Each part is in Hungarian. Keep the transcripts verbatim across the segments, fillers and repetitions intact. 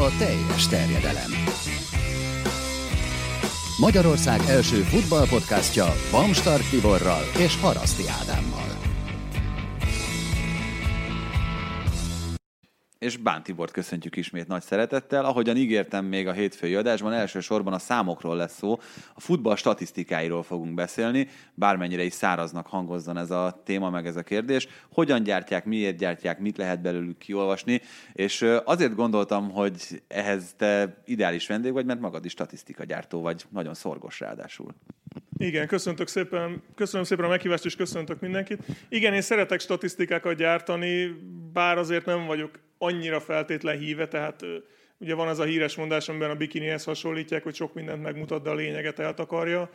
a teljes terjedelem. Magyarország első futballpodcastja Bamstart Tiborral és Haraszti Ádámmal. És Bán Tibort köszöntjük ismét nagy szeretettel. Ahogyan ígértem még a hétfői adásban, elsősorban a számokról lesz szó, a futball statisztikáiról fogunk beszélni, bármennyire is száraznak hangozzon ez a téma, meg ez a kérdés. Hogyan gyártják, miért gyártják, mit lehet belőlük kiolvasni, és azért gondoltam, hogy ehhez te ideális vendég vagy, mert magad is statisztikagyártó vagy, nagyon szorgos ráadásul. Igen, köszöntök szépen, köszönöm szépen a meghívást, és köszöntök mindenkit. Igen, én szeretek statisztikákat gyártani, bár azért nem vagyok annyira feltétlen híve, tehát ugye van az a híres mondás, amiben a bikinihez hasonlítják, hogy sok mindent megmutat, de a lényeget eltakarja.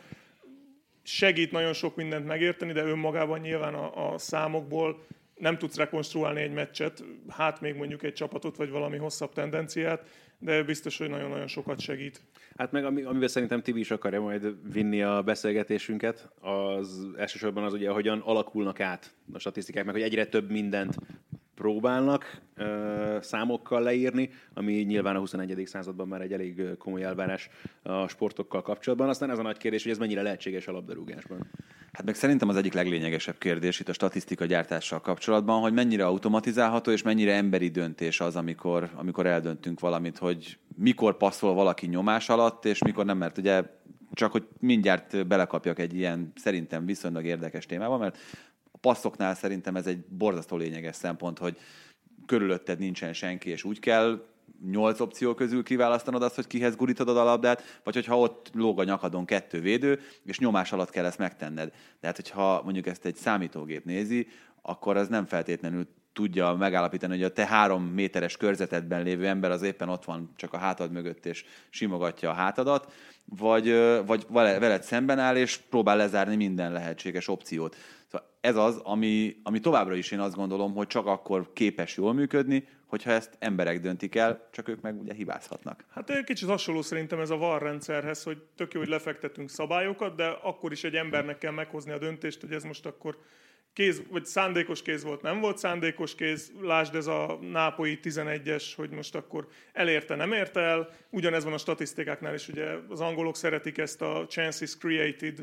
Segít nagyon sok mindent megérteni, de önmagában nyilván a, a számokból nem tudsz rekonstruálni egy meccset, hát még mondjuk egy csapatot, vagy valami hosszabb tendenciát, de biztos, hogy nagyon-nagyon sokat segít. Hát meg amiben szerintem Tibi is akarja majd vinni a beszélgetésünket, az elsősorban az ugye, hogyan alakulnak át a statisztikák, meg hogy egyre több mindent próbálnak ö, számokkal leírni, ami nyilván a huszonegyedik században már egy elég komoly elvárás a sportokkal kapcsolatban. Aztán ez a nagy kérdés, hogy ez mennyire lehetséges a labdarúgásban. Hát meg szerintem az egyik leglényegesebb kérdés itt a statisztika gyártással kapcsolatban, hogy mennyire automatizálható és mennyire emberi döntés az, amikor, amikor eldöntünk valamit, hogy mikor passzol valaki nyomás alatt, és mikor nem, mert ugye csak hogy mindjárt belekapjak egy ilyen szerintem viszonylag érdekes témába, mert a passzoknál szerintem ez egy borzasztó lényeges szempont, hogy körülötted nincsen senki, és úgy kell nyolc opció közül kiválasztanod azt, hogy kihez gurítod a labdát, vagy hogyha ott lóg a nyakadon kettő védő, és nyomás alatt kell ezt megtenned. De hát, hogyha mondjuk ezt egy számítógép nézi, akkor az nem feltétlenül tudja megállapítani, hogy a te három méteres körzetedben lévő ember az éppen ott van csak a hátad mögött, és simogatja a hátadat, vagy, vagy veled szemben áll, és próbál lezárni minden lehetséges opciót. Szóval ez az, ami, ami továbbra is én azt gondolom, hogy csak akkor képes jól működni, hogyha ezt emberek döntik el, csak ők meg ugye hibázhatnak. Hát egy kicsit hasonló szerintem ez a VAR rendszerhez, hogy tök jó, hogy lefektetünk szabályokat, de akkor is egy embernek kell meghozni a döntést, hogy ez most akkor kéz, vagy szándékos kéz volt, nem volt szándékos kéz, lásd ez a nápolyi tizenegyes, hogy most akkor elérte, nem érte el. Ugyanez van a statisztikáknál is, ugye az angolok szeretik ezt a chances created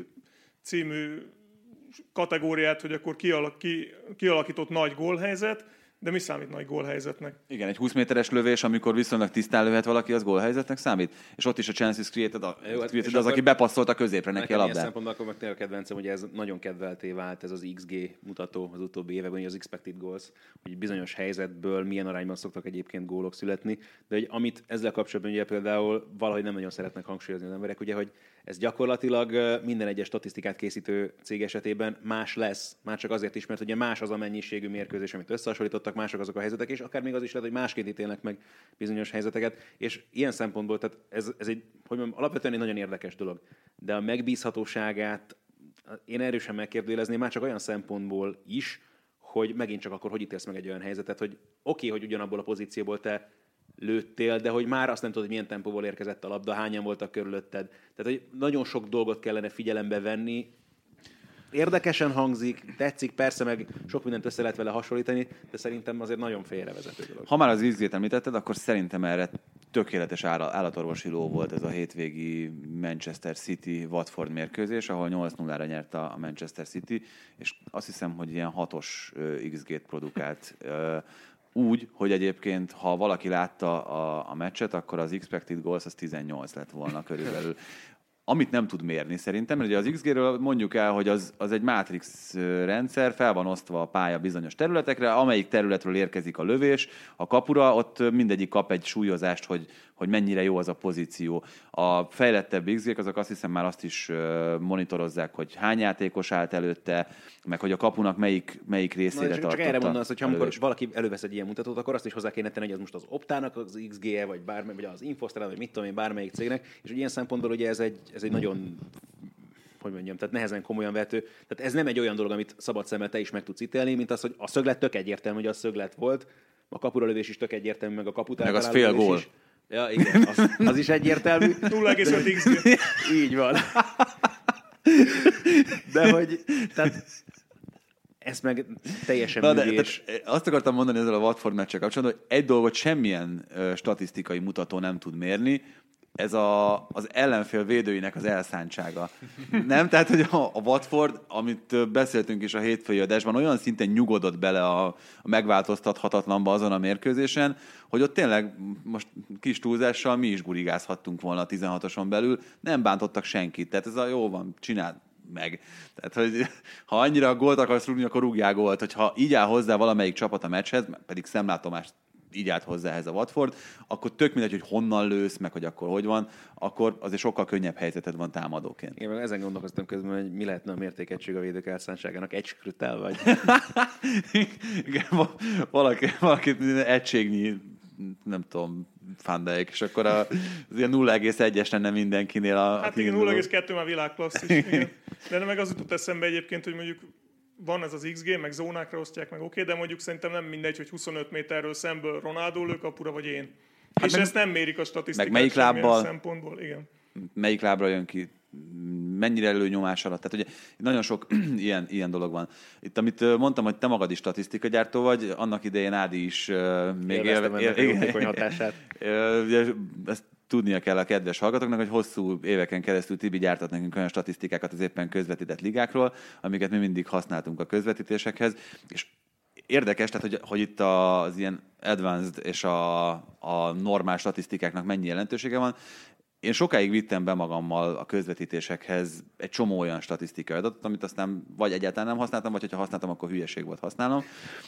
című kategóriát, hogy akkor kialak, ki, kialakított nagy gólhelyzet, de mi számít nagy gólhelyzetnek? Igen, egy húsz méteres lövés, amikor viszonylag tisztán lőhet valaki, az gólhelyzetnek számít. És ott is a chances created, a, Jó, hát created az, aki bepasszolt a középre neki a labdát. Ilyen szempontból akkor meg tényleg kedvencem, hogy ez nagyon kedvelté vált ez az iksz gé mutató az utóbbi években, az expected goals, hogy bizonyos helyzetből milyen arányban szoktak egyébként gólok születni. De hogy amit ezzel kapcsolatban ugye például valahogy nem nagyon szeretnek hangsúlyozni az emberek, ugye, hogy ez gyakorlatilag minden egyes statisztikát készítő cég esetében más lesz, már csak azért is, mert ugye más az a mennyiségű mérkőzés, amit összehasonlítottak, mások azok a helyzetek, és akár még az is lehet, hogy másként ítélnek meg bizonyos helyzeteket, és ilyen szempontból, tehát ez, ez egy, hogy mondjam, alapvetően egy nagyon érdekes dolog, de a megbízhatóságát én erősen megkérdőjelezném már csak olyan szempontból is, hogy megint csak akkor hogy ítélsz meg egy olyan helyzetet, hogy oké, okay, hogy ugyanabból a pozícióból te lőttél, de hogy már azt nem tudod, hogy milyen tempóból érkezett a labda, hányan voltak körülötted. Tehát, hogy nagyon sok dolgot kellene figyelembe venni. Érdekesen hangzik, tetszik, persze, meg sok mindent össze lehet vele hasonlítani, de szerintem azért nagyon félrevezető dolog. Ha már az iksz gét említetted, akkor szerintem erre tökéletes állatorvosi ló volt ez a hétvégi Manchester City-Watford mérkőzés, ahol nyolc nullára nyert a Manchester City, és azt hiszem, hogy ilyen hatos iksz gét produkált. Úgy, hogy egyébként, ha valaki látta a, a meccset, akkor az expected goals az tizennyolc lett volna körülbelül. Amit nem tud mérni szerintem, mert ugye az iksz géről mondjuk el, hogy az, az egy mátrix rendszer, fel van osztva a pálya bizonyos területekre, amelyik területről érkezik a lövés, a kapura, ott mindegyik kap egy súlyozást, hogy, hogy mennyire jó az a pozíció. A fejlettebb iksz gék azok azt hiszem már azt is monitorozzák, hogy hány játékos állt előtte, meg hogy a kapunak melyik, melyik részére tartotta. Csak erre mondasz, hogy amikor valaki elővesz egy ilyen mutatót, akkor azt is hozzá kéne tenni, hogy az most az Optának az iksz gé-e, vagy, bármely, vagy az Infostat, vagy mit tudom én, bármelyik cégnek, és ilyen szempontból ugye ez egy ez egy nagyon, hogy mondjam, tehát nehezen komolyan vehető. Tehát ez nem egy olyan dolog, amit szabad szemmel te is meg tudsz ítélni, mint az, hogy a szöglet tök egyértelmű, hogy a szöglet volt, a kapura lövés is tök egyértelmű, meg a kaput meg az fél gól. Is. Ja, igen, az, az is egyértelmű. nulla egész öt iksz gé. Így van. De hogy, tehát ezt meg teljesen Na, de, művés. de, azt akartam mondani ezzel a Watford meccsel kapcsolatban, hogy egy dolgot semmilyen ö, statisztikai mutató nem tud mérni, ez a, az ellenfél védőinek az elszántsága. Nem? Tehát, hogy a, a Watford, amit beszéltünk is a hétfői adásban, olyan szinten nyugodott bele a, a megváltoztathatatlanba azon a mérkőzésen, hogy ott tényleg most kis túlzással mi is gurigázhattunk volna a tizenhatoson belül, nem bántottak senkit. Tehát ez a jó van, csináld meg. Tehát, hogy ha annyira gólt akarsz rúgni, akkor rúgjál gólt. Hogyha így áll hozzá valamelyik csapat a meccshez, pedig szemlátomást így állt hozzá ehhez a Watford, akkor tök mindegy, hogy honnan lősz, meg hogy akkor hogy van, akkor azért sokkal könnyebb helyzeted van támadóként. Én meg ezen gondolkoztam közben, hogy mi lehetne a mértékegység a védők elszántságának. Egy skrüttel vagy. Igen, valaki, valaki egységnyi, nem tudom, Fandijk, és akkor a, az ilyen nulla egész egyes lenne mindenkinél. A, hát igen, nulla egész kettő már világklasszis. Igen. De meg az jutott eszembe egyébként, hogy mondjuk van ez az iksz gé, meg zónákra osztják meg, oké, okay, de mondjuk szerintem nem mindegy, hogy huszonöt méterről szemből Ronaldo lő kapura, vagy én. Hát és meg, ezt nem mérik a statisztikák meg melyik lábbal, szempontból. Igen. Melyik lábra jön ki, mennyire előnyomás alatt. Tehát ugye nagyon sok ilyen, ilyen dolog van. Itt, amit mondtam, hogy te magad is statisztikagyártó vagy, annak idején Ádi is uh, még élveztem él, él, ennek a hatását. Ugye, ezt tudnia kell a kedves hallgatóknak, hogy hosszú éveken keresztül Tibi gyártott nekünk olyan statisztikákat az éppen közvetített ligákról, amiket mi mindig használtunk a közvetítésekhez, és érdekes, tehát, hogy, hogy itt az ilyen advanced és a, a normál statisztikáknak mennyi jelentősége van. Én sokáig vittem be magammal a közvetítésekhez egy csomó olyan statisztikai adatot, amit aztán vagy egyáltalán nem használtam, vagy hogyha használtam, akkor hülyeség volt használnom.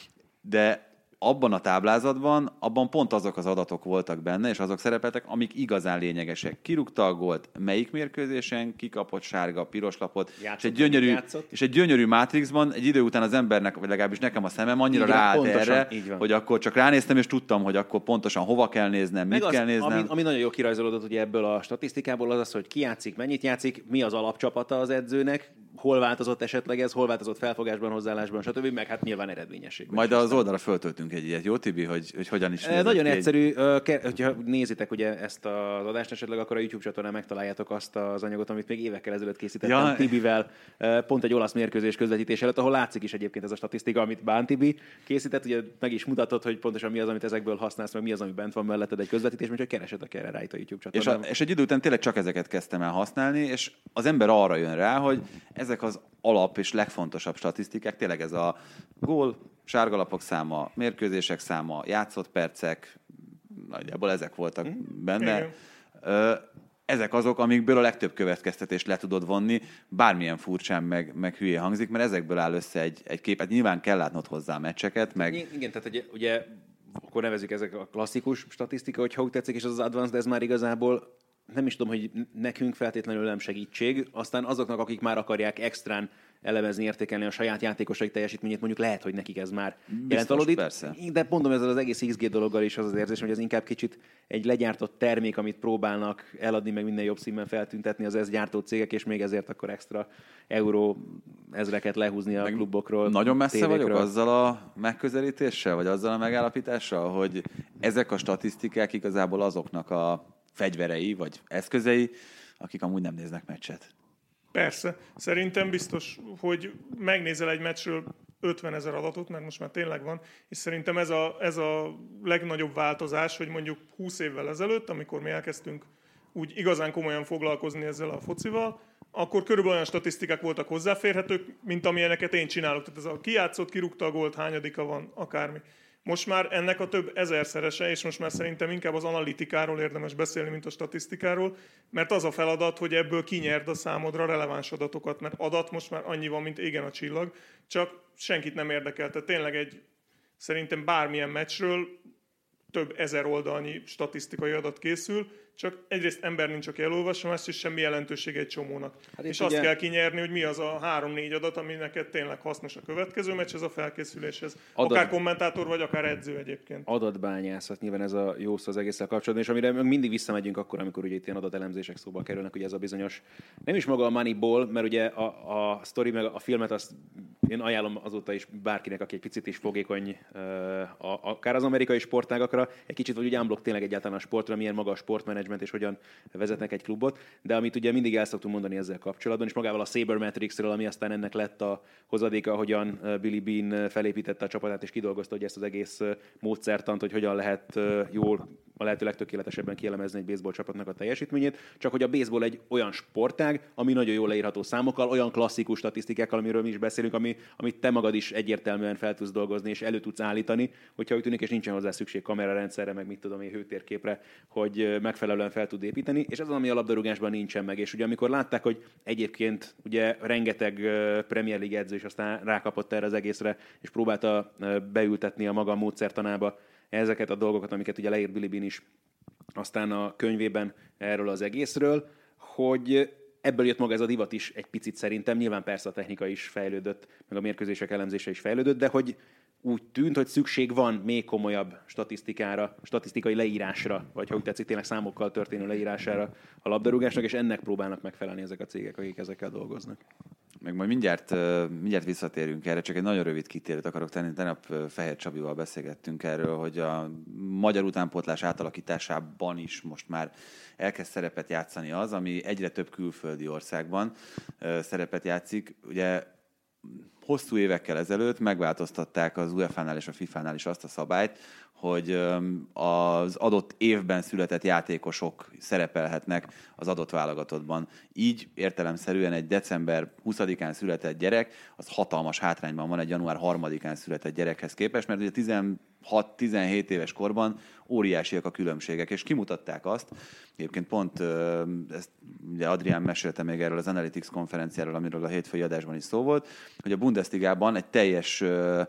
De abban a táblázatban, abban pont azok az adatok voltak benne, és azok szerepeltek, amik igazán lényegesek. Kirúgta a gólt, melyik mérkőzésen, kikapott sárga, piros lapot, és egy, gyönyörű, és egy gyönyörű mátrixban egy idő után az embernek, vagy legalábbis nekem a szemem annyira ráállt erre, hogy akkor csak ránéztem, és tudtam, hogy akkor pontosan hova kell néznem, meg mit az, kell néznem. Ami, ami nagyon jól kirajzolódott ugye ebből a statisztikából, az az, hogy ki játszik, mennyit játszik, mi az alapcsapata az edzőnek, hol változott esetleg ez, hol változott felfogásban, hozzáállásban, stb. Meg hát nyilván eredményesség. Majd az oldalra föltöltünk egy ilyet, jó Tibi, hogy, hogy hogyan is nézett. Nagyon egyszerű, hogyha nézitek ugye ezt az adást esetleg, akkor a YouTube csatornán megtaláljátok azt az anyagot, amit még évekkel ezelőtt készítettem ja. Tibivel, pont egy olasz mérkőzés közvetítés előtt, ahol látszik is egyébként ez a statisztika, amit Bán Tibi készített, ugye meg is mutatott, hogy pontosan mi az, amit ezekből használsz, meg mi az, ami bent van melletted egy közvetítés, úgyhogy keresetek erre rá itt a YouTube csatornán. És, a, és egy idő után tényleg csak ezeket kezdtem el használni, és az ember arra jön rá, hogy ezek az alap és legfontosabb statisztikák, tényleg ez a gól, sárgalapok száma, mérkőzések száma, játszott percek, nagyjából ezek voltak mm. benne. Ö, ezek azok, amikből a legtöbb következtetést le tudod vonni, bármilyen furcsán meg, meg hülyé hangzik, mert ezekből áll össze egy, egy kép. Hát nyilván kell látnod hozzá a meccseket. Meg... Igen, tehát ugye, ugye akkor nevezzük ezek a klasszikus statisztika, hogyha úgy tetszik, és az az advanced, de ez már igazából nem is tudom, hogy nekünk feltétlenül nem segítség, aztán azoknak, akik már akarják extrán elemezni, értékelni a saját játékosaik teljesítményét, mondjuk lehet, hogy nekik ez már jelent persze. De mondom, ezzel az egész iksz gé dologgal is az az érzés, hogy ez inkább kicsit egy legyártott termék, amit próbálnak eladni, meg minden jobb színben feltüntetni az ezt gyártó cégek, és még ezért akkor extra euró ezreket lehúzni a meg klubokról. Nagyon messze tévékről. vagyok azzal a megközelítéssel, vagy azzal a megállapítással, hogy ezek a statisztikák igazából azoknak a fegyverei, vagy eszközei, akik amúgy nem néznek meccset. Persze. Szerintem biztos, hogy megnézel egy meccsről ötvenezer adatot, mert most már tényleg van, és szerintem ez a, ez a legnagyobb változás, hogy mondjuk húsz évvel ezelőtt, amikor mi elkezdtünk úgy igazán komolyan foglalkozni ezzel a focival, akkor körülbelül olyan statisztikák voltak hozzáférhetők, mint amilyeneket én csinálok. Tehát ez a kijátszott, kirúgta a gólt, hányadika van, akármi. Most már ennek a több ezerszerese, és most már szerintem inkább az analitikáról érdemes beszélni, mint a statisztikáról, mert az a feladat, hogy ebből kinyerd a számodra releváns adatokat, mert adat most már annyi van, mint égen a csillag, csak senkit nem érdekel. Tehát tényleg egy, szerintem bármilyen meccsről több ezer oldalnyi statisztikai adat készül, csak egyrészt ember nincs, aki elolvassa, másrészt semmi jelentősége egy csomónak. Hát és azt ugye... kell kinyerni, hogy mi az a három-négy adat, ami neked tényleg hasznos a következő meccshez, a felkészüléshez. Adat... Akár kommentátor, vagy akár edző egyébként. Adatbányászat, nyilván ez a jó szó az egésszel kapcsolatban, és amire mindig visszamegyünk akkor, amikor ugye itt ilyen adatelemzések szóba kerülnek, ugye ez a bizonyos, nem is maga a Moneyball, mert ugye a, a sztori meg a filmet azt én ajánlom azóta is bárkinek, aki egy picit is fogékony, a, akár az amerikai sportágakra, egy kicsit vagy ugye unblock tényleg egyáltalán a sportra, milyen maga a sportmenedzsment, menedzsment és hogyan vezetnek egy klubot, de amit ugye mindig el szoktunk mondani ezzel kapcsolatban, és magával a Sabermetricsről, ami aztán ennek lett a hozadéka, hogyan Billy Beane felépítette a csapatát és kidolgozta, hogy ezt az egész módszertant, hogy hogyan lehet jól, a lehető legtökéletesebben kielemezni egy baseball csapatnak a teljesítményét, csak hogy a baseball egy olyan sportág, ami nagyon jól leírható számokkal, olyan klasszikus statisztikákkal, amiről mi is beszélünk, ami, amit te magad is egyértelműen fel tudsz dolgozni és elő tudsz állítani, hogyha úgy tűnik, és nincsen hozzá szükség kamerarendszerre, meg mit tudom én, hőtérképre, hogy megfelelően fel tud építeni, és ez az, ami a labdarúgásban nincsen meg. És ugye amikor látták, hogy egyébként ugye rengeteg Premier League edző is aztán rákapott erre az egészre, és próbálta beültetni a maga módszertanába ezeket a dolgokat, amiket ugye leírt Billy Beane is aztán a könyvében erről az egészről, hogy ebből jött maga ez a divat is egy picit szerintem. Nyilván persze a technika is fejlődött, meg a mérkőzések elemzése is fejlődött, de hogy úgy tűnt, hogy szükség van még komolyabb statisztikára, statisztikai leírásra, vagy ha úgy tetszik, tényleg számokkal történő leírására a labdarúgásnak, és ennek próbálnak megfelelni ezek a cégek, akik ezekkel dolgoznak. Meg majd mindjárt, mindjárt visszatérünk erre, csak egy nagyon rövid kitérőt akarok tenni. Tegnap Fehér Csabival beszélgettünk erről, hogy a magyar utánpótlás átalakításában is most már elkezd szerepet játszani az, ami egyre több külföldi országban szerepet játszik. Ugye hosszú évekkel ezelőtt megváltoztatták az u e fá-nál és a fifánál is azt a szabályt, hogy az adott évben született játékosok szerepelhetnek az adott válogatottban. Így értelemszerűen egy december huszadikán született gyerek, az hatalmas hátrányban van egy január harmadikán született gyerekhez képest, mert ugye tizenhat-tizenhét éves korban óriásiak a különbségek, és kimutatták azt, egyébként pont ezt ugye Adrián mesélte még erről az Analytics konferenciáról, amiről a hétfői adásban is szó volt, hogy a Bundesligában egy teljes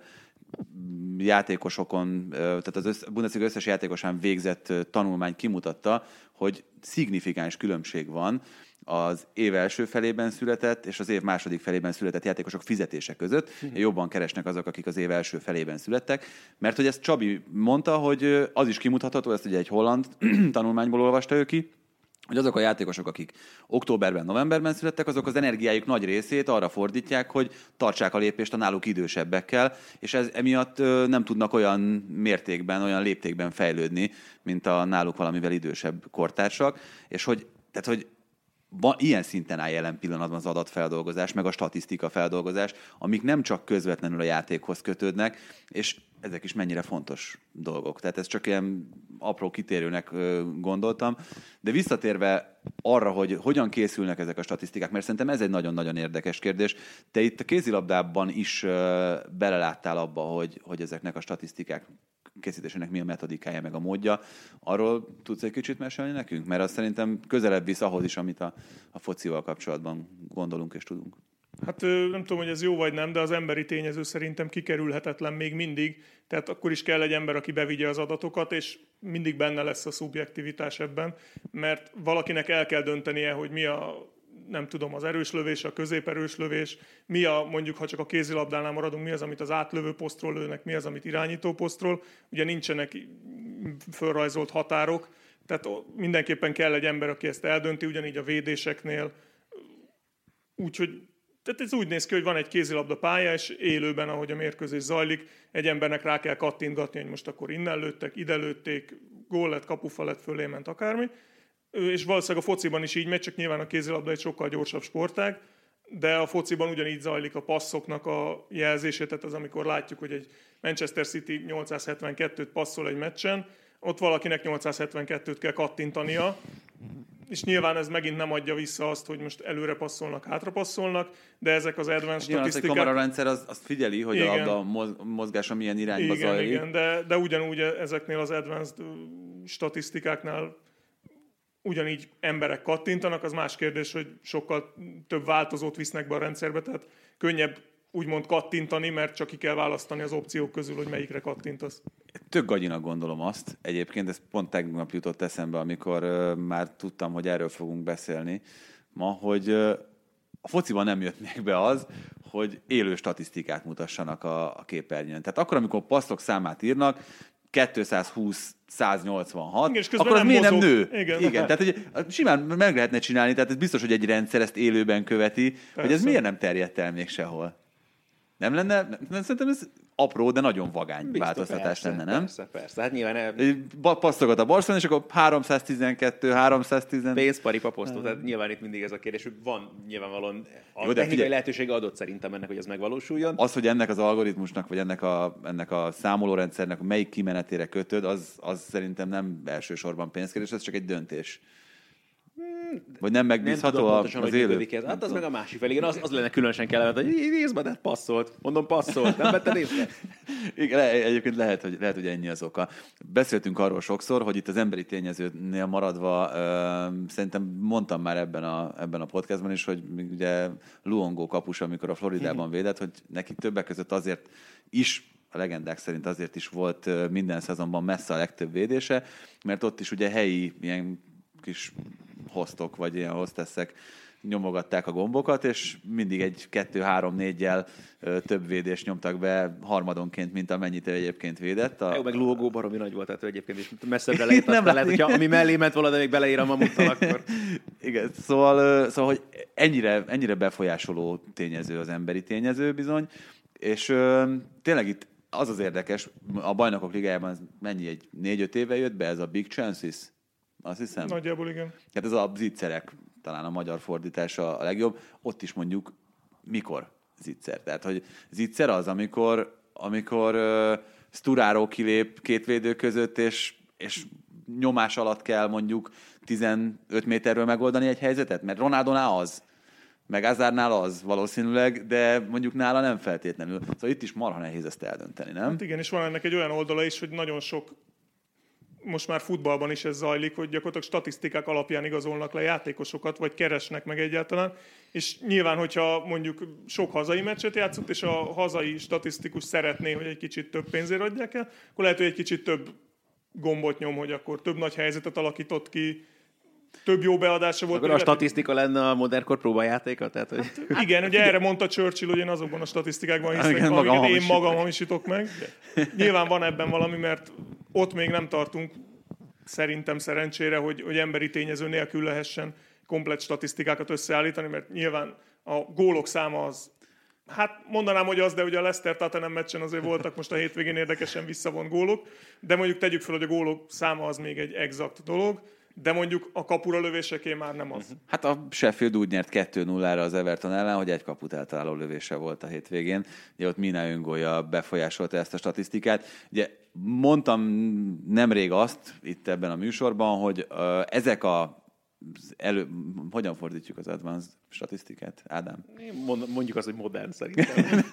játékosokon, tehát az össz, Bundesliga összes játékosán végzett tanulmány kimutatta, hogy szignifikáns különbség van az év első felében született és az év második felében született játékosok fizetése között. Uh-huh. Jobban keresnek azok, akik az év első felében születtek, mert hogy ezt Csabi mondta, hogy az is kimutatható, ezt ugye egy holland tanulmányból olvasta ő ki, hogy azok a játékosok, akik októberben, novemberben születtek, azok az energiájuk nagy részét arra fordítják, hogy tartsák a lépést a náluk idősebbekkel, és ez emiatt nem tudnak olyan mértékben, olyan léptékben fejlődni, mint a náluk valamivel idősebb kortársak, és hogy, tehát, hogy ilyen szinten áll jelen pillanatban az adatfeldolgozás, meg a statisztika feldolgozás, amik nem csak közvetlenül a játékhoz kötődnek, és ezek is mennyire fontos dolgok. Tehát ez csak ilyen apró kitérőnek gondoltam. De visszatérve arra, hogy hogyan készülnek ezek a statisztikák, mert szerintem ez egy nagyon-nagyon érdekes kérdés. Te itt a kézilabdában is beleláttál abba, hogy, hogy ezeknek a statisztikák készítésének mi a metodikája, meg a módja. Arról tudsz egy kicsit mesélni nekünk? Mert az szerintem közelebb visz ahhoz is, amit a, a focival kapcsolatban gondolunk és tudunk. Hát nem tudom, hogy ez jó vagy nem, de az emberi tényező szerintem kikerülhetetlen még mindig. Tehát akkor is kell egy ember, aki bevigye az adatokat, és mindig benne lesz a szubjektivitás ebben, mert valakinek el kell döntenie, hogy mi a, nem tudom, az erős lövés, a középerős lövés, mi a, mondjuk, ha csak a kézilabdánál maradunk, mi az, amit az átlövő posztról lőnek, mi az, amit irányító posztról. Ugye nincsenek fölrajzolt határok, tehát mindenképpen kell egy ember, aki ezt eldönti, ugyanígy a védéseknél. Úgyhogy tehát ez úgy néz ki, hogy van egy kézilabda pálya, és élőben, ahogy a mérkőzés zajlik, egy embernek rá kell kattintgatni, hogy most akkor innen lőttek, ide lőtték, gól lett, kapufa lett, fölé ment, akármi. És valószínűleg a fociban is így megy, csak nyilván a kézilabda egy sokkal gyorsabb sportág, de a fociban ugyanígy zajlik a passzoknak a jelzése, tehát az, amikor látjuk, hogy egy Manchester City nyolcszázhetvenkettőt passzol egy meccsen, ott valakinek nyolcszázhetvenkettőt kell kattintania, és nyilván ez megint nem adja vissza azt, hogy most előre passzolnak, hátra passzolnak, de ezek az advanced statisztikák... Az egy kamerarendszer az, azt figyeli, hogy igen, a labda mozgása milyen irányba igen, zajlik. Igen, de, de ugyanúgy ezeknél az advanced statisztikáknál ugyanígy emberek kattintanak, az más kérdés, hogy sokkal több változót visznek be a rendszerbe, tehát könnyebb úgymond kattintani, mert csak ki kell választani az opciók közül, hogy melyikre kattintasz. Tök gagyinak gondolom azt. Egyébként ez pont tegnap jutott eszembe, amikor uh, már tudtam, hogy erről fogunk beszélni ma, hogy uh, a fociban nem jött még be az, hogy élő statisztikát mutassanak a, a képernyőn. Tehát akkor, amikor passzok számát írnak, kétszázhúsz száznyolcvanhat, igen, akkor az nem miért mozog. Nem nő? Igen. Igen, tehát hogy simán meg lehetne csinálni, tehát ez biztos, hogy egy rendszer ezt élőben követi, persze. Hogy ez miért nem terjedt el még sehol. Nem lenne, nem, szerintem ez apró, de nagyon vagány Biztos, változtatás persze, lenne, nem? Persze, persze. Hát nyilván el... Passzolgat a Barcelona, és akkor háromszáztizenkettő, háromszáztíz... pénzparipa posztol, tehát nyilván itt mindig ez a kérdés, hogy van nyilvánvalóan a Jó, technikai lehetősége adott szerintem ennek, hogy ez megvalósuljon. Az, hogy ennek az algoritmusnak, vagy ennek a, ennek a számolórendszernek melyik kimenetére kötöd, az, az szerintem nem elsősorban pénzkérdés, ez csak egy döntés. Vagy nem megbízható nem a, pontosan, az hogy élő? Ez. Hát az meg a másik fel. Igen, az, az lenne különösen kellemet, hogy nézd, de passzolt. Mondom, passzolt. Nem vetted észre? Igen, le, egyébként lehet hogy, lehet, hogy ennyi az oka. Beszéltünk arról sokszor, hogy itt az emberi tényezőnél maradva, uh, szerintem mondtam már ebben a, ebben a podcastban is, hogy ugye Luongo kapus, amikor a Floridában védett, hogy neki többek között azért is, a legendák szerint azért is volt minden szezonban messze a legtöbb védése, mert ott is ugye helyi ilyen kis hostok, vagy ilyen hostessek nyomogatták a gombokat, és mindig egy kettő-három-négyel több védést nyomtak be harmadonként, mint amennyit egyébként védett. A... Jó, meg Luogó baromi nagy volt, tehát egyébként is messzebbre leírt, nem lehet, hogyha ami mellé ment volna, de még beleír a mamuttal, akkor... Igen, szóval, szóval hogy ennyire, ennyire befolyásoló tényező az emberi tényező bizony, és ö, tényleg itt az az érdekes, a Bajnokok Ligájában mennyi, egy négy-öt éve jött be ez a Big Chances? Azt hiszem. Nagyjából igen. Hát ez a zicserek, talán a magyar fordítása a legjobb. Ott is mondjuk mikor zicser. Tehát, hogy zicser az, amikor, amikor uh, Sturaro kilép két védő között, és, és nyomás alatt kell mondjuk tizenöt méterről megoldani egy helyzetet, mert Ronaldonál az, meg Hazardnál az valószínűleg, de mondjuk nála nem feltétlenül. Szóval itt is marha nehéz ezt eldönteni, nem? Hát igen, és van ennek egy olyan oldala is, hogy nagyon sok, most már futballban is ez zajlik, hogy gyakorlatilag statisztikák alapján igazolnak le játékosokat, vagy keresnek meg egyáltalán, és nyilván, hogyha mondjuk sok hazai meccset játszott, és a hazai statisztikus szeretné, hogy egy kicsit több pénzért adják el, akkor lehet, hogy egy kicsit több gombot nyom, hogy akkor több nagy helyzetet alakított ki, több jó beadása volt. Akkor a statisztika lenne a modernkor próbajátéka? Tehát, hogy... Hát, igen, ugye erre mondta Churchill, hogy én azokban a statisztikákban hiszek, igen, amiket magam én magam hamisítok meg. De nyilván van ebben valami, mert ott még nem tartunk szerintem szerencsére, hogy, hogy emberi tényező nélkül lehessen komplett statisztikákat összeállítani, mert nyilván a gólok száma az, hát mondanám, hogy az, de ugye a Leicester-Tottenham meccsen azért voltak most a hétvégén érdekesen visszavont gólok, de mondjuk tegyük fel, hogy a gólok száma az még egy exakt dolog, de mondjuk a kapura lövéseké már nem az. Hát a Sheffield úgy nyert kettő nullára az Everton ellen, hogy egy kaput eltaláló lövése volt a hétvégén. Ugye ott Mina Öngolja befolyásolta ezt a statisztikát. Ugye mondtam nemrég azt itt ebben a műsorban, hogy uh, ezek a elő... Hogyan fordítjuk az advanced statisztikát, Ádám? Mondjuk azt, hogy modern szerintem.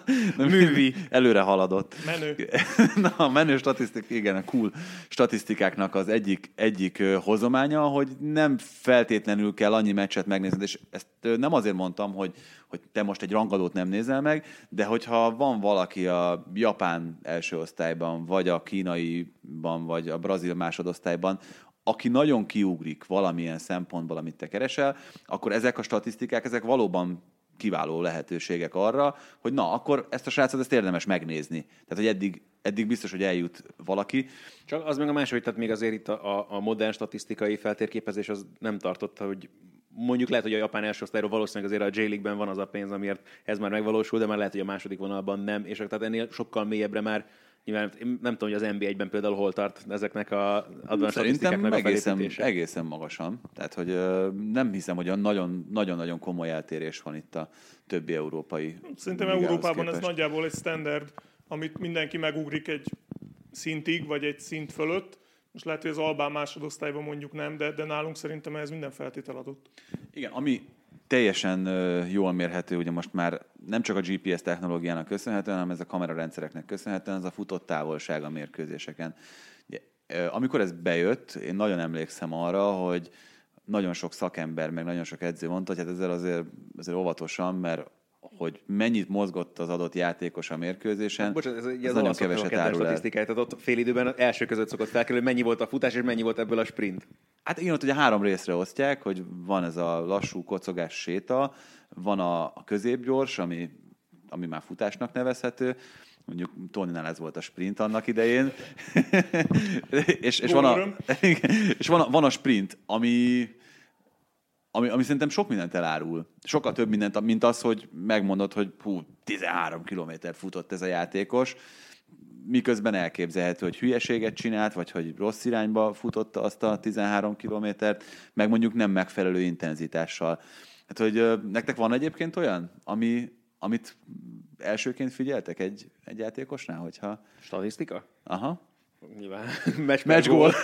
Művi. Előre haladott. Menő. Na, a menő statisztik, igen, a cool statisztikáknak az egyik, egyik hozománya, hogy nem feltétlenül kell annyi meccset megnézni, és ezt nem azért mondtam, hogy, hogy te most egy rangadót nem nézel meg, de hogyha van valaki a japán első osztályban, vagy a kínaiban, vagy a brazil másodosztályban, aki nagyon kiugrik valamilyen szempontból, amit te keresel, akkor ezek a statisztikák, ezek valóban kiváló lehetőségek arra, hogy na, akkor ezt a srácot ezt érdemes megnézni. Tehát, hogy eddig, eddig biztos, hogy eljut valaki. Csak az meg a másik, hogy tehát még azért itt a, a modern statisztikai feltérképezés az nem tartotta, hogy mondjuk lehet, hogy a japán első osztályról valószínűleg azért a J-League-ben van az a pénz, amiért ez már megvalósul, de már lehet, hogy a második vonalban nem, és tehát ennél sokkal mélyebbre már nyilván én nem tudom, hogy az en bé egyben például hol tart ezeknek a advanced statisztikáknak a egészen, felépítése. egészen magasan. Tehát, hogy nem hiszem, hogy nagyon, nagyon-nagyon komoly eltérés van itt a többi európai. Szerintem Európában ez nagyjából egy standard, amit mindenki megugrik egy szintig, vagy egy szint fölött. Most lehet, hogy az albán másodosztályban mondjuk nem, de, de nálunk szerintem ez minden feltétel adott. Igen, ami teljesen jól mérhető, ugye most már nem csak a gé pé es technológiának köszönhetően, hanem ez a kamerarendszereknek köszönhetően, az a futott távolság a mérkőzéseken. Amikor ez bejött, én nagyon emlékszem arra, hogy nagyon sok szakember, meg nagyon sok edző mondta, hogy hát ezzel azért, azért óvatosan, mert hogy mennyit mozgott az adott játékos a mérkőzésen, hát, bocsánat, ez, ez, ez nagyon keveset árul el. Tehát ott fél időben első között szokott felkerülni, hogy mennyi volt a futás, és mennyi volt ebből a sprint. Hát igen, ott ugye három részre osztják, hogy van ez a lassú kocogás séta, van a, a középgyors, ami, ami már futásnak nevezhető, mondjuk Toninál ez volt a sprint annak idején, és, és, van a, és van, a, van a sprint, ami ami, ami szerintem sok mindent elárul. Sokkal több mindent, mint az, hogy megmondod, hogy hú, tizenhárom kilométert futott ez a játékos, miközben elképzelhető, hogy hülyeséget csinált, vagy hogy rossz irányba futotta azt a tizenhárom kilométert, meg mondjuk nem megfelelő intenzitással. Hát, hogy nektek van egyébként olyan, ami, amit elsőként figyeltek egy, egy játékosnál, hogyha... Statisztika? Aha. Nyilván. Match, Match goal.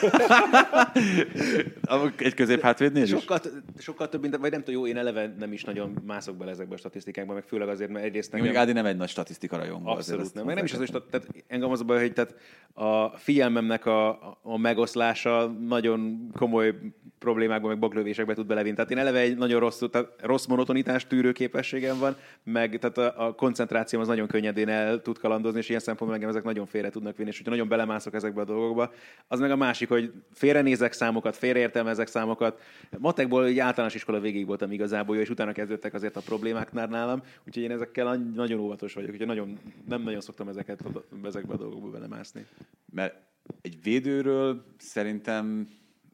Egy középhátvédnél is? Sokkal, sokkal több, mint, vagy nem tudom, jó, én eleve nem is nagyon mászok bele ezekbe a statisztikákba, meg főleg azért, mert egyrészt nekem... Még Ádi nem egy nagy statisztika rajongó. Abszolút nem. Meg nem is az, hogy tehát engem az a baj, hogy tehát a figyelmemnek a, a megoszlása nagyon komoly problémákba, meg baklövésekbe tud belevinni. Tehát én eleve egy nagyon rossz, tehát rossz monotonitás tűrő képességem van, meg tehát a, a koncentrációm az nagyon könnyedén el tud kalandozni, és ilyen szempontból engem ezek nagyon félre tudnak vinni, és hogyha nagyon belemászok ezekbe a dolgokba, az meg a másik, hogy félrenézek számokat, félreértelmezek számokat. Matekból egy általános iskola végig voltam igazából jó, és utána kezdődtek azért a problémáknál nálam, úgyhogy én ezekkel nagyon óvatos vagyok, úgyhogy nagyon, nem nagyon szoktam ezeket, ezekbe a dolgokba belemászni. Mert egy védőről szerintem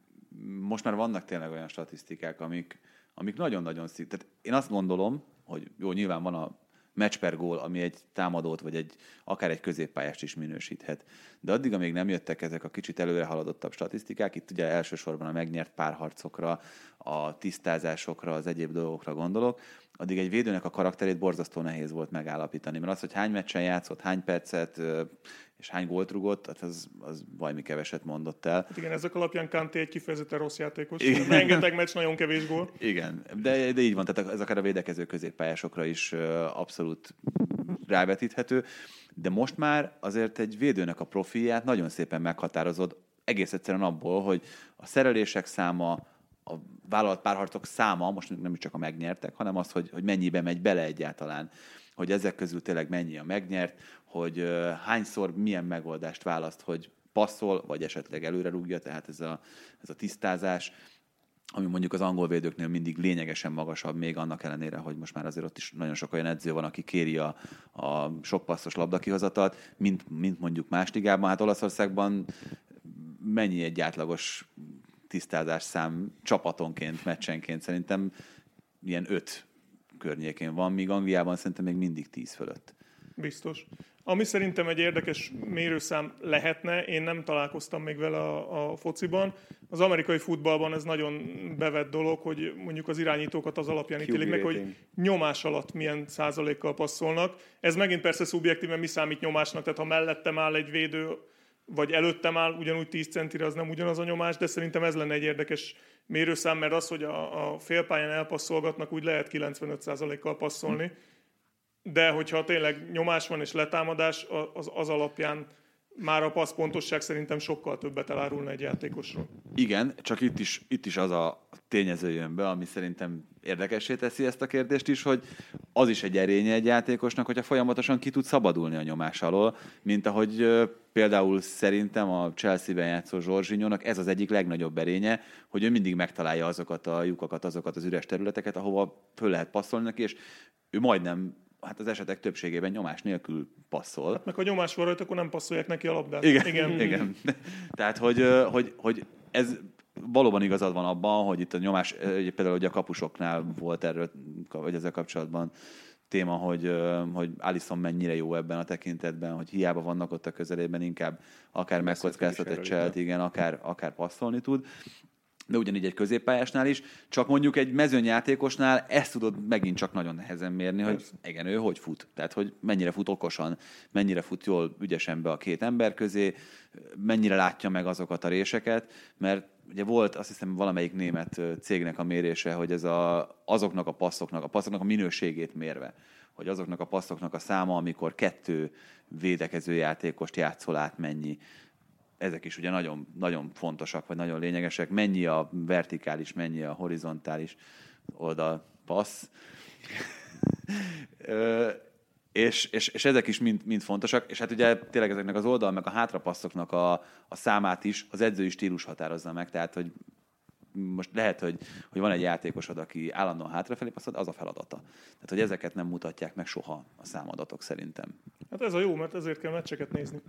most már vannak tényleg olyan statisztikák, amik, amik nagyon-nagyon szív. Tehát én azt gondolom, hogy jó, nyilván van a match per gól, ami egy támadót, vagy egy, akár egy középpályást is minősíthet. De addig, amíg nem jöttek ezek a kicsit előre haladottabb statisztikák, itt ugye elsősorban a megnyert párharcokra, a tisztázásokra, az egyéb dolgokra gondolok, addig egy védőnek a karakterét borzasztó nehéz volt megállapítani. Mert az, hogy hány meccsen játszott, hány percet, és hány gólt rugott, az, az valami keveset mondott el. Hát igen, ezek alapján Kanté egy kifejezetten rossz játékos. Rengeteg meccs, nagyon kevés gól. Igen, de, de így van, tehát ez akár a védekező középpályásokra is abszolút rávetíthető. De most már azért egy védőnek a profilját nagyon szépen meghatározod, egész egyszerűen abból, hogy a szerelések száma, a vállalat párharcok száma, most nem is csak a megnyertek, hanem az, hogy, hogy mennyibe megy bele egyáltalán, hogy ezek közül tényleg mennyi a megnyert, hogy uh, hányszor milyen megoldást választ, hogy passzol, vagy esetleg előre rúgja, tehát ez a, ez a tisztázás, ami mondjuk az angol védőknél mindig lényegesen magasabb, még annak ellenére, hogy most már azért ott is nagyon sok olyan edző van, aki kéri a, a sok passzos labdakihozatalt, mint, mint mondjuk más ligában. Hát Olaszországban mennyi egy átlagos tisztázás szám csapatonként, meccsenként? Szerintem ilyen öt környékén van, míg Angliában szerintem még mindig tíz fölött. Biztos. Ami szerintem egy érdekes mérőszám lehetne, én nem találkoztam még vele a, a fociban. Az amerikai futballban ez nagyon bevett dolog, hogy mondjuk az irányítókat az alapján ítélik meg, hogy nyomás alatt milyen százalékkal passzolnak. Ez megint persze szubjektíven mi számít nyomásnak, tehát ha mellettem áll egy védő, vagy előttem áll ugyanúgy tíz centire, az nem ugyanaz a nyomás, de szerintem ez lenne egy érdekes mérőszám, mert az, hogy a, a félpályán elpasszolgatnak, úgy lehet kilencvenöt százalékkal passzolni. De hogyha tényleg nyomás van és letámadás, az, az alapján már a passzpontosság szerintem sokkal többet elárulna egy játékosról. Igen, csak itt is, itt is az a tényező jön be, ami szerintem érdekessé teszi ezt a kérdést is, hogy az is egy erénye egy játékosnak, hogyha folyamatosan ki tud szabadulni a nyomás alól, mint ahogy például szerintem a Chelsea-ben játszó Jorginhónak ez az egyik legnagyobb erénye, hogy ő mindig megtalálja azokat a lyukakat, azokat az üres területeket, ahova föl lehet passzolni neki, és ő majdnem hát az esetek többségében nyomás nélkül passzol. Hát meg ha nyomás van rajta, akkor nem passzolják neki a labdát. Igen, igen. igen. Tehát, hogy, hogy, hogy ez valóban igazad van abban, hogy itt a nyomás, például hogy a kapusoknál volt erről, vagy ezzel kapcsolatban téma, hogy, hogy Alisson mennyire jó ebben a tekintetben, hogy hiába vannak ott a közelében, inkább akár megkockáztat egy cselt, igen, akár, akár passzolni tud. De ugyanígy egy középpályásnál is, csak mondjuk egy mezőnyjátékosnál ezt tudod megint csak nagyon nehezen mérni, hogy igen, ő hogy fut. Tehát, hogy mennyire fut okosan, mennyire fut jól, ügyesen be a két ember közé, mennyire látja meg azokat a réseket, mert ugye volt, azt hiszem, valamelyik német cégnek a mérése, hogy ez a, azoknak a passzoknak, a passzoknak a minőségét mérve, hogy azoknak a passzoknak a száma, amikor kettő védekező játékost játszol át mennyi. Ezek is ugye nagyon, nagyon fontosak, vagy nagyon lényegesek. Mennyi a vertikális, mennyi a horizontális oldalpassz. és, és, és ezek is mind, mind fontosak. És hát ugye tényleg ezeknek az oldal, meg a hátrapasszoknak a, a számát is az edzői stílus határozza meg. Tehát, hogy most lehet, hogy, hogy van egy játékosod, aki állandóan hátrafelé passzol, az a feladata. Tehát, hogy ezeket nem mutatják meg soha a számadatok szerintem. Hát ez a jó, mert ezért kell meccseket nézni.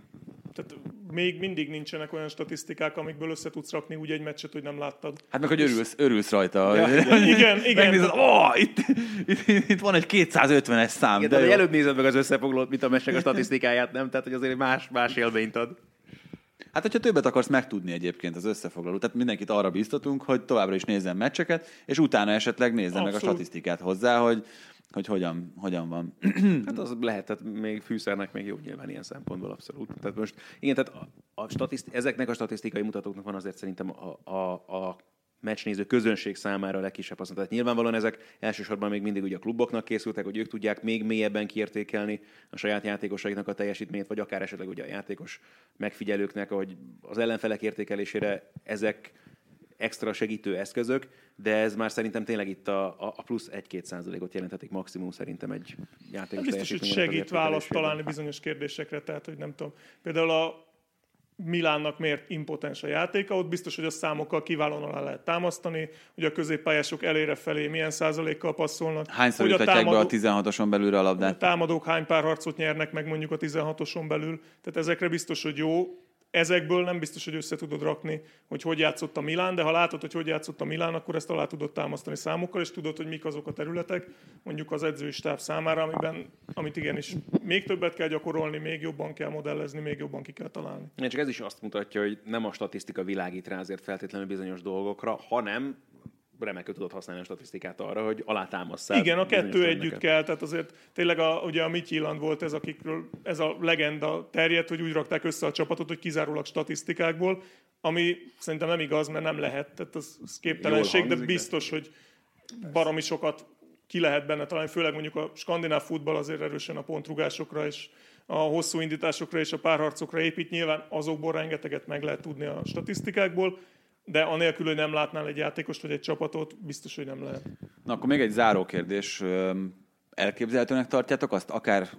tehát még mindig nincsenek olyan statisztikák, amikből össze tudsz rakni úgy egy meccset, hogy nem láttad. Hát meg, hogy örülsz, örülsz rajta. Ja, igen, igen. igen. Megnézed, oh, itt, itt, itt van egy kétszázötvenes szám. Igen, de, de előbb nézed meg az összefoglalót, mint a meccsnek a statisztikáját, nem? Tehát, hogy azért más, más élményt ad. Hát, hogyha többet akarsz megtudni egyébként az összefoglalót, tehát mindenkit arra biztatunk, hogy továbbra is nézzen meccseket, és utána esetleg nézzen meg a statisztikát hozzá, hogy, hogy hogyan, hogyan van. Hát az lehet, tehát még fűszernek még jó nyilván ilyen szempontból abszolút. Tehát most, igen, tehát a, a statiszt, ezeknek a statisztikai mutatóknak van azért szerintem a, a, a meccsnéző közönség számára a legkisebb haszna. Tehát nyilvánvalóan ezek elsősorban még mindig ugye a kluboknak készültek, hogy ők tudják még mélyebben kiértékelni a saját játékosaiknak a teljesítményét, vagy akár esetleg ugye a játékos megfigyelőknek, hogy az ellenfelek értékelésére ezek extra segítő eszközök, de ez már szerintem tényleg itt a, a plusz egy-két százalékot jelenthetik maximum szerintem egy játékos biztos, hogy segít választ találni bizonyos kérdésekre, tehát hogy nem tudom. Például a Milánnak miért impotens a játéka, ott biztos, hogy a számokkal kiválóan alá lehet támasztani, hogy a középpályások elére felé milyen százalékkal passzolnak. Hányszor jutatják támadó... be a tizenhatoson belülre a labdát? A támadók hány párharcot nyernek meg mondjuk a tizenhatoson belül. Tehát ezekre biztos, hogy jó. Ezekből nem biztos, hogy össze tudod rakni, hogy hogy játszott a Milán, de ha látod, hogy hogy játszott a Milán, akkor ezt alá tudod támasztani számokkal, és tudod, hogy mik azok a területek, mondjuk az edzői stáb számára, amiben, amit igenis még többet kell gyakorolni, még jobban kell modellezni, még jobban ki kell találni. Igen, csak ez is azt mutatja, hogy nem a statisztika világít rá azért feltétlenül bizonyos dolgokra, hanem remekül tudod használni a statisztikát arra, hogy alátámasszál. Igen, a kettő együtt kell, tehát azért tényleg a, ugye a Midtjylland volt ez, akikről ez a legenda terjedt, hogy úgy rakták össze a csapatot, hogy kizárólag statisztikákból, ami szerintem nem igaz, mert nem lehet, tehát az, az képtelenség, de biztos, hogy baromi sokat ki lehet benne találni, főleg mondjuk a skandináv futball azért erősen a pontrugásokra és a hosszú indításokra és a párharcokra épít, nyilván azokból rengeteget meg lehet tudni a statisztikákból, de anélkül, hogy nem látnál egy játékost vagy egy csapatot, biztos, hogy nem lehet. Na akkor még egy záró kérdés. Elképzelhetőnek tartjátok azt, akár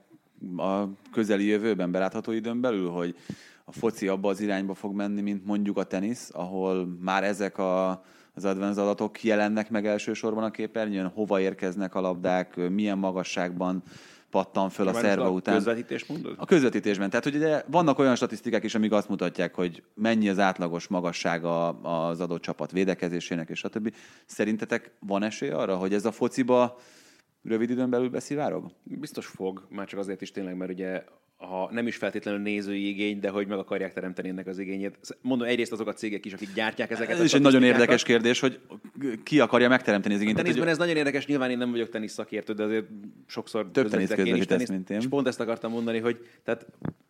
a közeli jövőben, belátható időn belül, hogy a foci abba az irányba fog menni, mint mondjuk a tenisz, ahol már ezek a, az advanced adatok jelennek meg elsősorban a képernyőn, hova érkeznek a labdák, milyen magasságban pattan föl a szerva után. A közvetítés mondod? A közvetítésben. Tehát ugye vannak olyan statisztikák is, amik azt mutatják, hogy mennyi az átlagos magassága az adott csapat védekezésének, és stb. Szerintetek van esély arra, hogy ez a fociba rövid időn belül beszivárog? Biztos fog, már csak azért is tényleg, mert ugye ha nem is feltétlenül nézői igény, de hogy meg akarják teremteni ennek az igényét. Mondom, egyrészt azok a cégek is, akik gyártják ezeket. Ez is egy nagyon érdekes kérdés, hogy ki akarja megteremteni az igényt. Teniszben hogy... ez nagyon érdekes, nyilván én nem vagyok tenisz szakértő, de azért sokszor több tenisz közvetítesz, mint én. És pont ezt akartam mondani, hogy tehát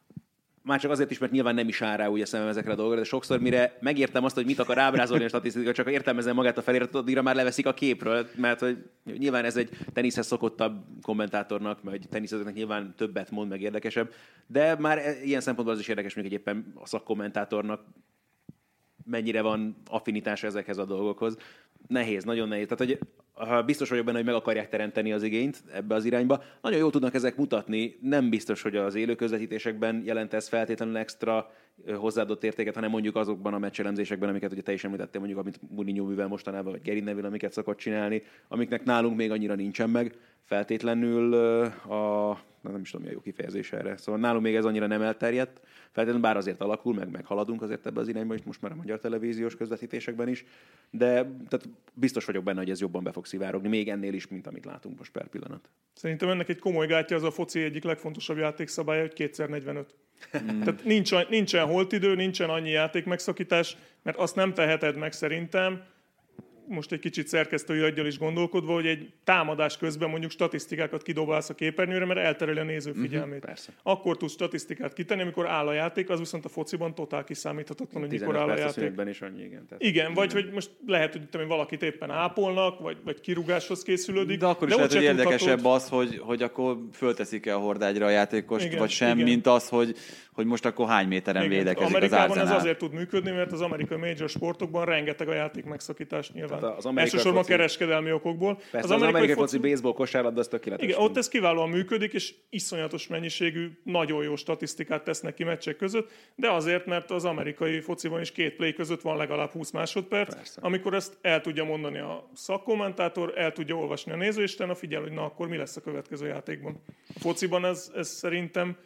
már csak azért is, mert nyilván nem is áll rá úgy a szemem ezekre a dolgokra, de sokszor mire megértem azt, hogy mit akar ábrázolni a statisztika, csak értelmezem magát a feliratot, addigra már leveszik a képről, mert hogy nyilván ez egy teniszhez szokottabb kommentátornak, vagy teniszezőknek nyilván többet mond, meg érdekesebb, de már ilyen szempontból az is érdekes, még éppen a szakkommentátornak mennyire van affinitása ezekhez a dolgokhoz. Nehéz, nagyon nehéz. Tehát, hogy biztos vagyok benne, hogy meg akarják teremteni az igényt ebbe az irányba. Nagyon jól tudnak ezek mutatni. Nem biztos, hogy az élő közvetítésekben jelent ez feltétlenül extra hozzáadott értéket, hanem mondjuk azokban a meccselemzésekben, amiket ugye te is említettél, mondjuk amit Mourinho művel mostanában, vagy Gary Neville, amiket szokott csinálni, amiknek nálunk még annyira nincsen meg. Feltétlenül a... nem is tudom, mi a jó kifejezés erre. Szóval nálunk még ez annyira nem elterjedt. Feltétlenül bár azért alakul, meg, meg haladunk azért ebbe az irányba, és most már a magyar televíziós közvetítésekben is. De tehát biztos vagyok benne, hogy ez jobban be fog szivárogni, még ennél is, mint amit látunk most per pillanat. Szerintem ennek egy komoly gátja az a foci egyik legfontosabb játékszabálya, hogy kétszer negyvenöt. Mm. Tehát nincsen, nincsen holtidő, nincsen annyi játék megszakítás, mert azt nem teheted meg szerintem, most egy kicsit szerkesztői aggyal is gondolkodva, hogy egy támadás közben mondjuk statisztikákat kidobálsz a képernyőre, mert eltereli a néző figyelmét. Mm-hmm, Akkor tudsz statisztikát kitenni, amikor áll a játék, az viszont a fociban totál kiszámíthatatlan, hogy mikor áll a játék. Is annyi, igen, tehát igen, vagy hogy most lehet, hogy tudom, valakit éppen ápolnak, vagy, vagy kirúgáshoz készülődik. De akkor is de lehet, hogy érdekesebb az, hogy, hogy akkor fölteszik-e a hordágyra a játékost, igen, vagy sem, igen. mint az, hogy, hogy most akkor hány méteren igen, védekezik az Arsenal. Amerikában ez azért tud működni, mert az amerikai major sportokban rengeteg a játék megszakítás nyilván. Elsősorban foci... kereskedelmi okokból. Persze, az, az amerikai, amerikai foci, foci baseball, kosárlabda, az tökéletes. Igen, ott ez kiválóan működik, és iszonyatos mennyiségű, nagyon jó statisztikát tesznek ki meccsek között, de azért, mert az amerikai fociban is két play között van legalább húsz másodperc, persze. amikor ezt el tudja mondani a szakkommentátor, el tudja olvasni a néző, és utána figyel, hogy na akkor mi lesz a következő játékban. A fociban ez, ez szerintem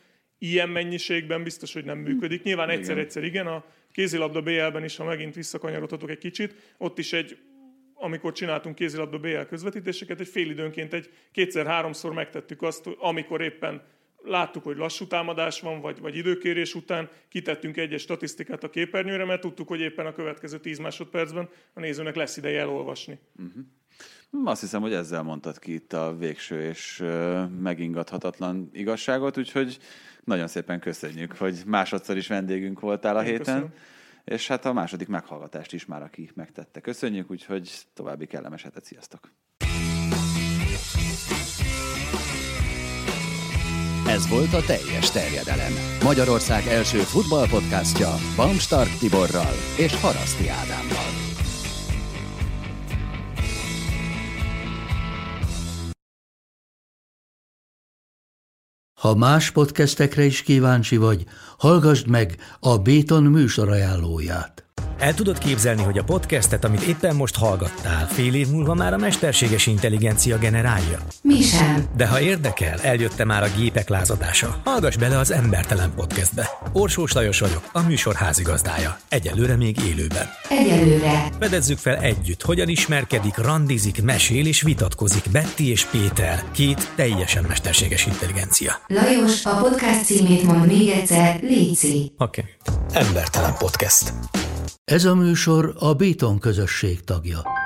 ilyen mennyiségben biztos, hogy nem működik. Nyilván egyszer-egyszer igen, a kézilabda bé el-ben is, ha megint visszakanyarodhatok egy kicsit, ott is egy, amikor csináltunk kézilabda bé el közvetítéseket, egy fél időnként egy kétszer-háromszor megtettük azt, amikor éppen láttuk, hogy lassú támadás van, vagy, vagy időkérés után kitettünk egyes statisztikát a képernyőre, mert tudtuk, hogy éppen a következő tíz másodpercben a nézőnek lesz ideje elolvasni. Uh-huh. Azt hiszem, hogy ezzel mondtad ki itt a végső és megingathatatlan igazságot, úgyhogy nagyon szépen köszönjük, hogy másodszor is vendégünk voltál a Én héten. Köszönöm. És hát a második meghallgatást is már aki megtette. Köszönjük, úgyhogy további kellemes hetet, sziasztok! Ez volt a Teljes Terjedelem. Magyarország első futballpodcastja Bamstark Tiborral és Haraszti Ádámmal. Ha más podcastekre is kíváncsi vagy, hallgassd meg a Béton műsor ajánlóját. El tudod képzelni, hogy a podcastet, amit éppen most hallgattál, fél év múlva már a mesterséges intelligencia generálja? Mi sem. De ha érdekel, eljött már a gépek lázadása. Hallgass bele az Embertelen Podcastbe. Orsós Lajos vagyok, a műsor házigazdája. Egyelőre még élőben. Egyelőre. Fedezzük fel együtt, hogyan ismerkedik, randizik, mesél és vitatkozik Betty és Péter, két teljesen mesterséges intelligencia. Lajos, a podcast címét mond még egyszer, léci. Oké. Okay. Embertelen Podcast. Ez a műsor a Béton közösség tagja.